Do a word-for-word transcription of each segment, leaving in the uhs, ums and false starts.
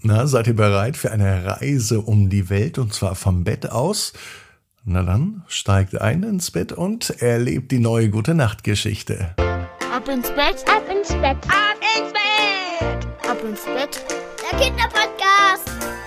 Na, seid ihr bereit für eine Reise um die Welt und zwar vom Bett aus? Na dann, steigt ein ins Bett und erlebt die neue Gute-Nacht-Geschichte. Ab ins Bett, ab ins Bett, ab ins Bett, ab ins Bett, der Kinderpodcast.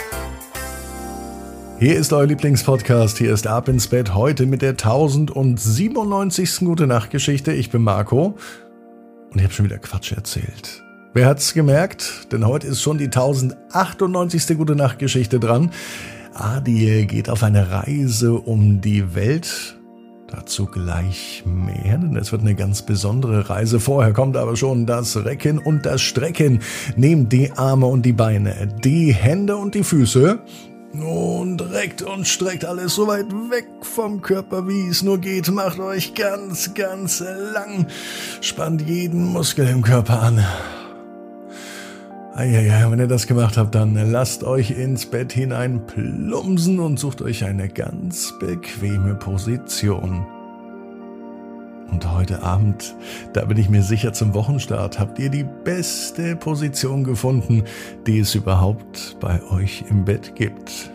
Hier ist euer Lieblingspodcast, hier ist Ab ins Bett, heute mit der tausendsiebenundneunzigsten Gute-Nacht-Geschichte. Ich bin Marco und ich habe schon wieder Quatsch erzählt. Wer hat's gemerkt? Denn heute ist schon die tausendachtundneunzigste Gute-Nacht-Geschichte dran. Adil geht auf eine Reise um die Welt. Dazu gleich mehr, denn es wird eine ganz besondere Reise. Vorher kommt aber schon das Recken und das Strecken. Nehmt die Arme und die Beine, die Hände und die Füße und reckt und streckt alles so weit weg vom Körper, wie es nur geht. Macht euch ganz, ganz lang. Spannt jeden Muskel im Körper an. Eieiei, wenn ihr das gemacht habt, dann lasst euch ins Bett hinein plumpsen und sucht euch eine ganz bequeme Position. Und heute Abend, da bin ich mir sicher, zum Wochenstart habt ihr die beste Position gefunden, die es überhaupt bei euch im Bett gibt.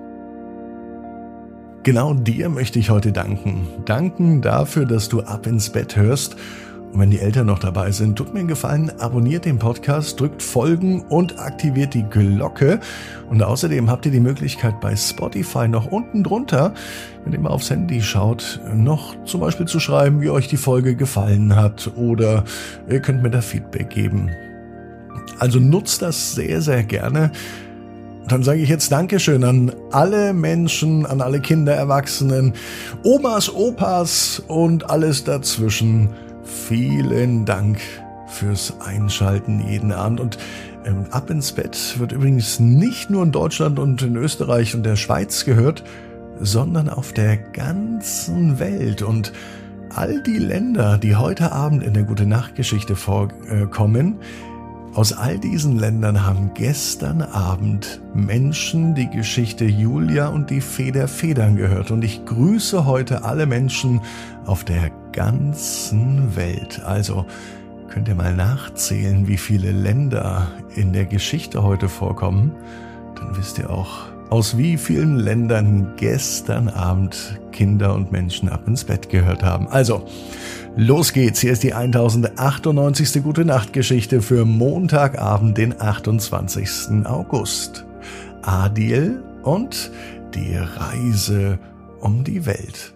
Genau dir möchte ich heute danken. Danken dafür, dass du Ab ins Bett hörst. Und wenn die Eltern noch dabei sind, tut mir einen Gefallen, abonniert den Podcast, drückt Folgen und aktiviert die Glocke. Und außerdem habt ihr die Möglichkeit bei Spotify noch unten drunter, wenn ihr mal aufs Handy schaut, noch zum Beispiel zu schreiben, wie euch die Folge gefallen hat. Oder ihr könnt mir da Feedback geben. Also nutzt das sehr, sehr gerne. Dann sage ich jetzt Dankeschön an alle Menschen, an alle Kinder, Erwachsenen, Omas, Opas und alles dazwischen. Vielen Dank fürs Einschalten jeden Abend. Und ähm, Ab ins Bett wird übrigens nicht nur in Deutschland und in Österreich und der Schweiz gehört, sondern auf der ganzen Welt. Und all die Länder, die heute Abend in der Gute-Nacht-Geschichte vorkommen, aus all diesen Ländern haben gestern Abend Menschen die Geschichte Julia und die Fee der Federn gehört. Und ich grüße heute alle Menschen auf der ganzen Welt. Also könnt ihr mal nachzählen, wie viele Länder in der Geschichte heute vorkommen. Dann wisst ihr auch, aus wie vielen Ländern gestern Abend Kinder und Menschen ab ins Bett gehört haben. Also, los geht's. Hier ist die tausendachtundneunzigste Gute-Nacht-Geschichte für Montagabend, den achtundzwanzigsten August. Adil und die Reise um die Welt.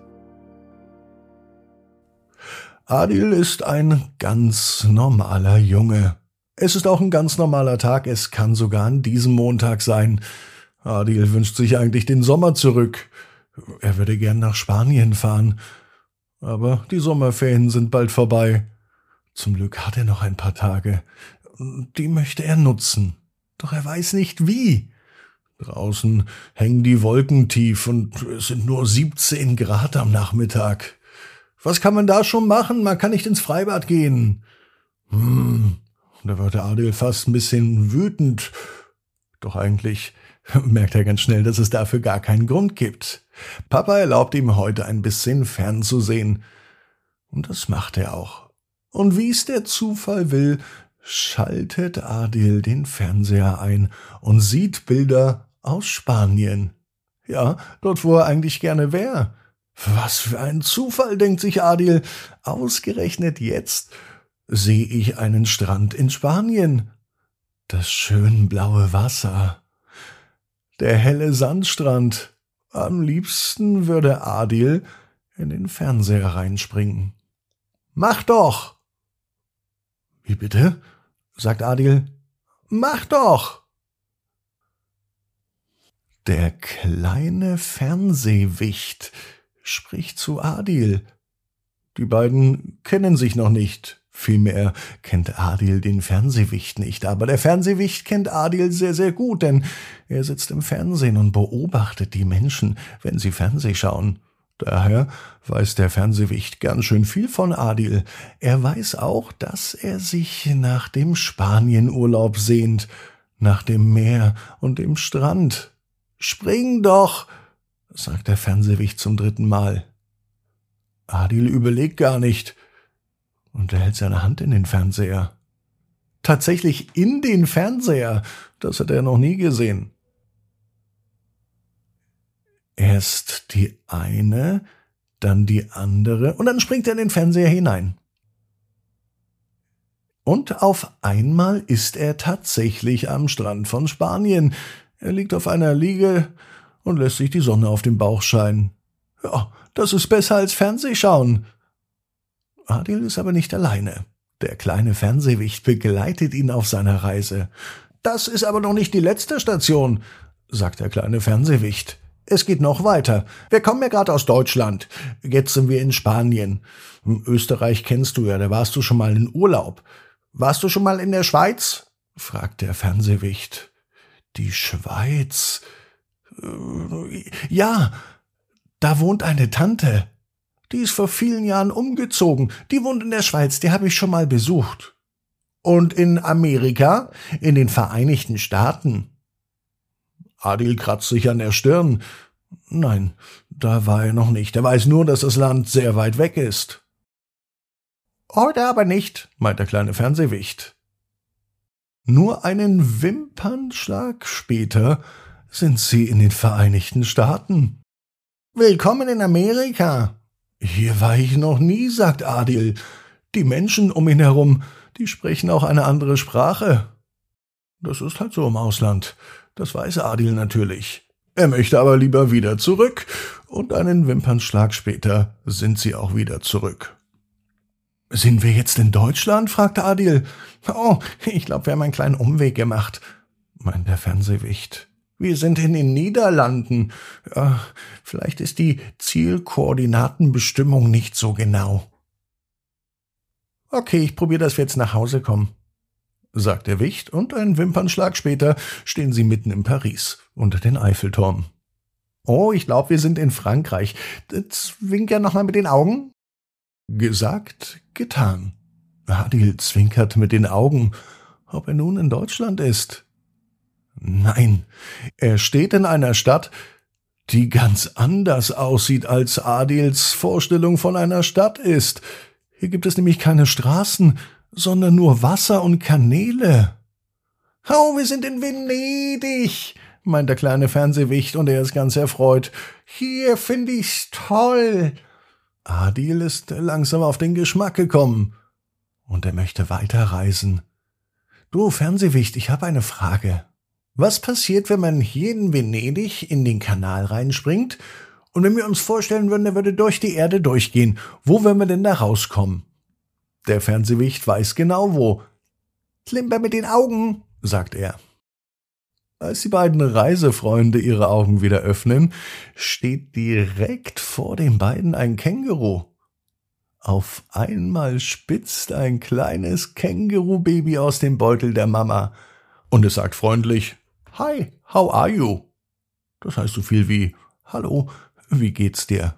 Adil ist ein ganz normaler Junge. Es ist auch ein ganz normaler Tag. Es kann sogar an diesem Montag sein. Adil wünscht sich eigentlich den Sommer zurück. Er würde gern nach Spanien fahren. Aber die Sommerferien sind bald vorbei. Zum Glück hat er noch ein paar Tage. Die möchte er nutzen. Doch er weiß nicht wie. Draußen hängen die Wolken tief und es sind nur siebzehn Grad am Nachmittag. Was kann man da schon machen? Man kann nicht ins Freibad gehen. Hm, da wird der Adil fast ein bisschen wütend. Doch eigentlich merkt er ganz schnell, dass es dafür gar keinen Grund gibt. Papa erlaubt ihm heute ein bisschen fernzusehen. Und das macht er auch. Und wie es der Zufall will, schaltet Adil den Fernseher ein und sieht Bilder aus Spanien. Ja, dort, wo er eigentlich gerne wäre. Was für ein Zufall, denkt sich Adil. Ausgerechnet jetzt sehe ich einen Strand in Spanien. Das schön blaue Wasser. Der helle Sandstrand. Am liebsten würde Adil in den Fernseher reinspringen. Mach doch! Wie bitte? Sagt Adil. Mach doch! Der kleine Fernsehwicht spricht zu Adil. Die beiden kennen sich noch nicht. Vielmehr kennt Adil den Fernsehwicht nicht, aber der Fernsehwicht kennt Adil sehr, sehr gut, denn er sitzt im Fernsehen und beobachtet die Menschen, wenn sie Fernseh schauen. Daher weiß der Fernsehwicht ganz schön viel von Adil. Er weiß auch, dass er sich nach dem Spanienurlaub sehnt, nach dem Meer und dem Strand. »Spring doch«, sagt der Fernsehwicht zum dritten Mal. Adil überlegt gar nicht und er hält seine Hand in den Fernseher. Tatsächlich in den Fernseher. Das hat er noch nie gesehen. Erst die eine, dann die andere und dann springt er in den Fernseher hinein. Und auf einmal ist er tatsächlich am Strand von Spanien. Er liegt auf einer Liege und lässt sich die Sonne auf den Bauch scheinen. Ja, das ist besser als Fernsehschauen. Adil ist aber nicht alleine. Der kleine Fernsehwicht begleitet ihn auf seiner Reise. »Das ist aber noch nicht die letzte Station«, sagt der kleine Fernsehwicht. »Es geht noch weiter. Wir kommen ja gerade aus Deutschland. Jetzt sind wir in Spanien. Österreich kennst du ja, da warst du schon mal in Urlaub. Warst du schon mal in der Schweiz?« fragt der Fernsehwicht. »Die Schweiz? Ja, da wohnt eine Tante. Die ist vor vielen Jahren umgezogen. Die wohnt in der Schweiz, die habe ich schon mal besucht.« »Und in Amerika? In den Vereinigten Staaten?« Adil kratzt sich an der Stirn. Nein, da war er noch nicht. Er weiß nur, dass das Land sehr weit weg ist. »Heute aber nicht«, meint der kleine Fernsehwicht. Nur einen Wimpernschlag später sind sie in den Vereinigten Staaten. »Willkommen in Amerika.« »Hier war ich noch nie«, sagt Adil. »Die Menschen um ihn herum, die sprechen auch eine andere Sprache.« Das ist halt so im Ausland. Das weiß Adil natürlich. Er möchte aber lieber wieder zurück. Und einen Wimpernschlag später sind sie auch wieder zurück. »Sind wir jetzt in Deutschland?«, fragt Adil. »Oh, ich glaube, wir haben einen kleinen Umweg gemacht«, meint der Fernsehwicht. »Wir sind in den Niederlanden. Ja, vielleicht ist die Zielkoordinatenbestimmung nicht so genau.« »Okay, ich probiere, dass wir jetzt nach Hause kommen«, sagt der Wicht, und einen Wimpernschlag später stehen sie mitten in Paris, unter den Eiffelturm. »Oh, ich glaube, wir sind in Frankreich. Zwink ja noch mal mit den Augen.« Gesagt, getan. Adil zwinkert mit den Augen, ob er nun in Deutschland ist. Nein, er steht in einer Stadt, die ganz anders aussieht, als Adils Vorstellung von einer Stadt ist. Hier gibt es nämlich keine Straßen, sondern nur Wasser und Kanäle. »Oh, wir sind in Venedig«, meint der kleine Fernsehwicht, und er ist ganz erfreut. »Hier finde ich's toll.« Adil ist langsam auf den Geschmack gekommen und er möchte weiterreisen. »Du, Fernsehwicht, ich habe eine Frage. Was passiert, wenn man hier in Venedig in den Kanal reinspringt und wenn wir uns vorstellen würden, er würde durch die Erde durchgehen? Wo würden wir denn da rauskommen?« Der Fernsehwicht weiß genau wo. »Klimper mit den Augen«, sagt er. Als die beiden Reisefreunde ihre Augen wieder öffnen, steht direkt vor den beiden ein Känguru. Auf einmal spitzt ein kleines Kängurubaby aus dem Beutel der Mama und es sagt freundlich: »Hi, how are you?« Das heißt so viel wie: »Hallo, wie geht's dir?«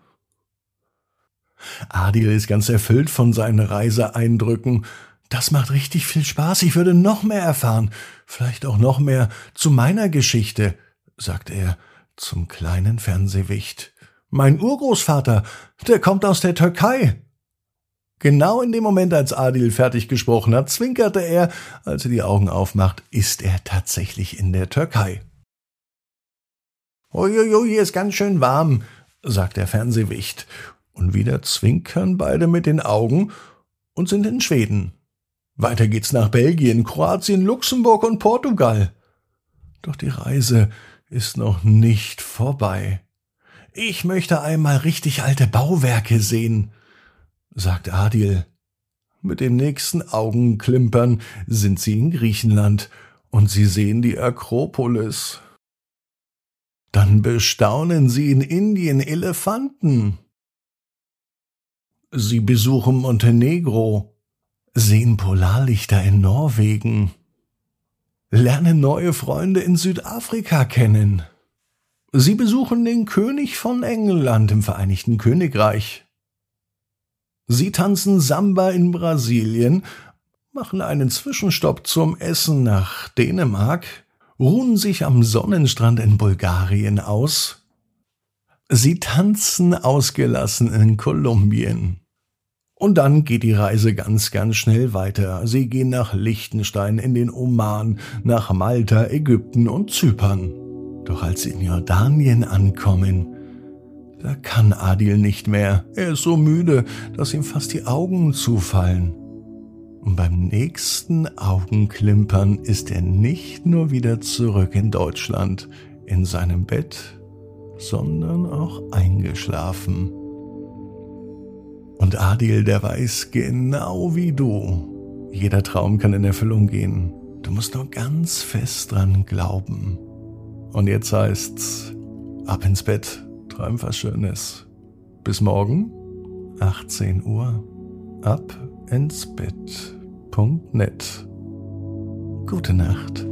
Adil ist ganz erfüllt von seinen Reiseeindrücken. Das macht richtig viel Spaß, ich würde noch mehr erfahren, vielleicht auch noch mehr zu meiner Geschichte, sagt er zum kleinen Fernsehwicht. »Mein Urgroßvater, der kommt aus der Türkei.« Genau in dem Moment, als Adil fertig gesprochen hat, zwinkerte er. Als er die Augen aufmacht, ist er tatsächlich in der Türkei. »Uiuiui, hier ist ganz schön warm«, sagt der Fernsehwicht. Und wieder zwinkern beide mit den Augen und sind in Schweden. Weiter geht's nach Belgien, Kroatien, Luxemburg und Portugal. Doch die Reise ist noch nicht vorbei. »Ich möchte einmal richtig alte Bauwerke sehen«, sagt Adil. Mit dem nächsten Augenklimpern sind sie in Griechenland und sie sehen die Akropolis. Dann bestaunen sie in Indien Elefanten. Sie besuchen Montenegro, sehen Polarlichter in Norwegen, lernen neue Freunde in Südafrika kennen. Sie besuchen den König von England im Vereinigten Königreich. Sie tanzen Samba in Brasilien, machen einen Zwischenstopp zum Essen nach Dänemark, ruhen sich am Sonnenstrand in Bulgarien aus. Sie tanzen ausgelassen in Kolumbien. Und dann geht die Reise ganz, ganz schnell weiter. Sie gehen nach Liechtenstein, in den Oman, nach Malta, Ägypten und Zypern. Doch als sie in Jordanien ankommen, da kann Adil nicht mehr. Er ist so müde, dass ihm fast die Augen zufallen. Und beim nächsten Augenklimpern ist er nicht nur wieder zurück in Deutschland, in seinem Bett, sondern auch eingeschlafen. Und Adil, der weiß genau wie du, jeder Traum kann in Erfüllung gehen. Du musst nur ganz fest dran glauben. Und jetzt heißt's, ab ins Bett, träum was Schönes. Bis morgen, achtzehn Uhr, ab ins Bett punkt net. Gute Nacht.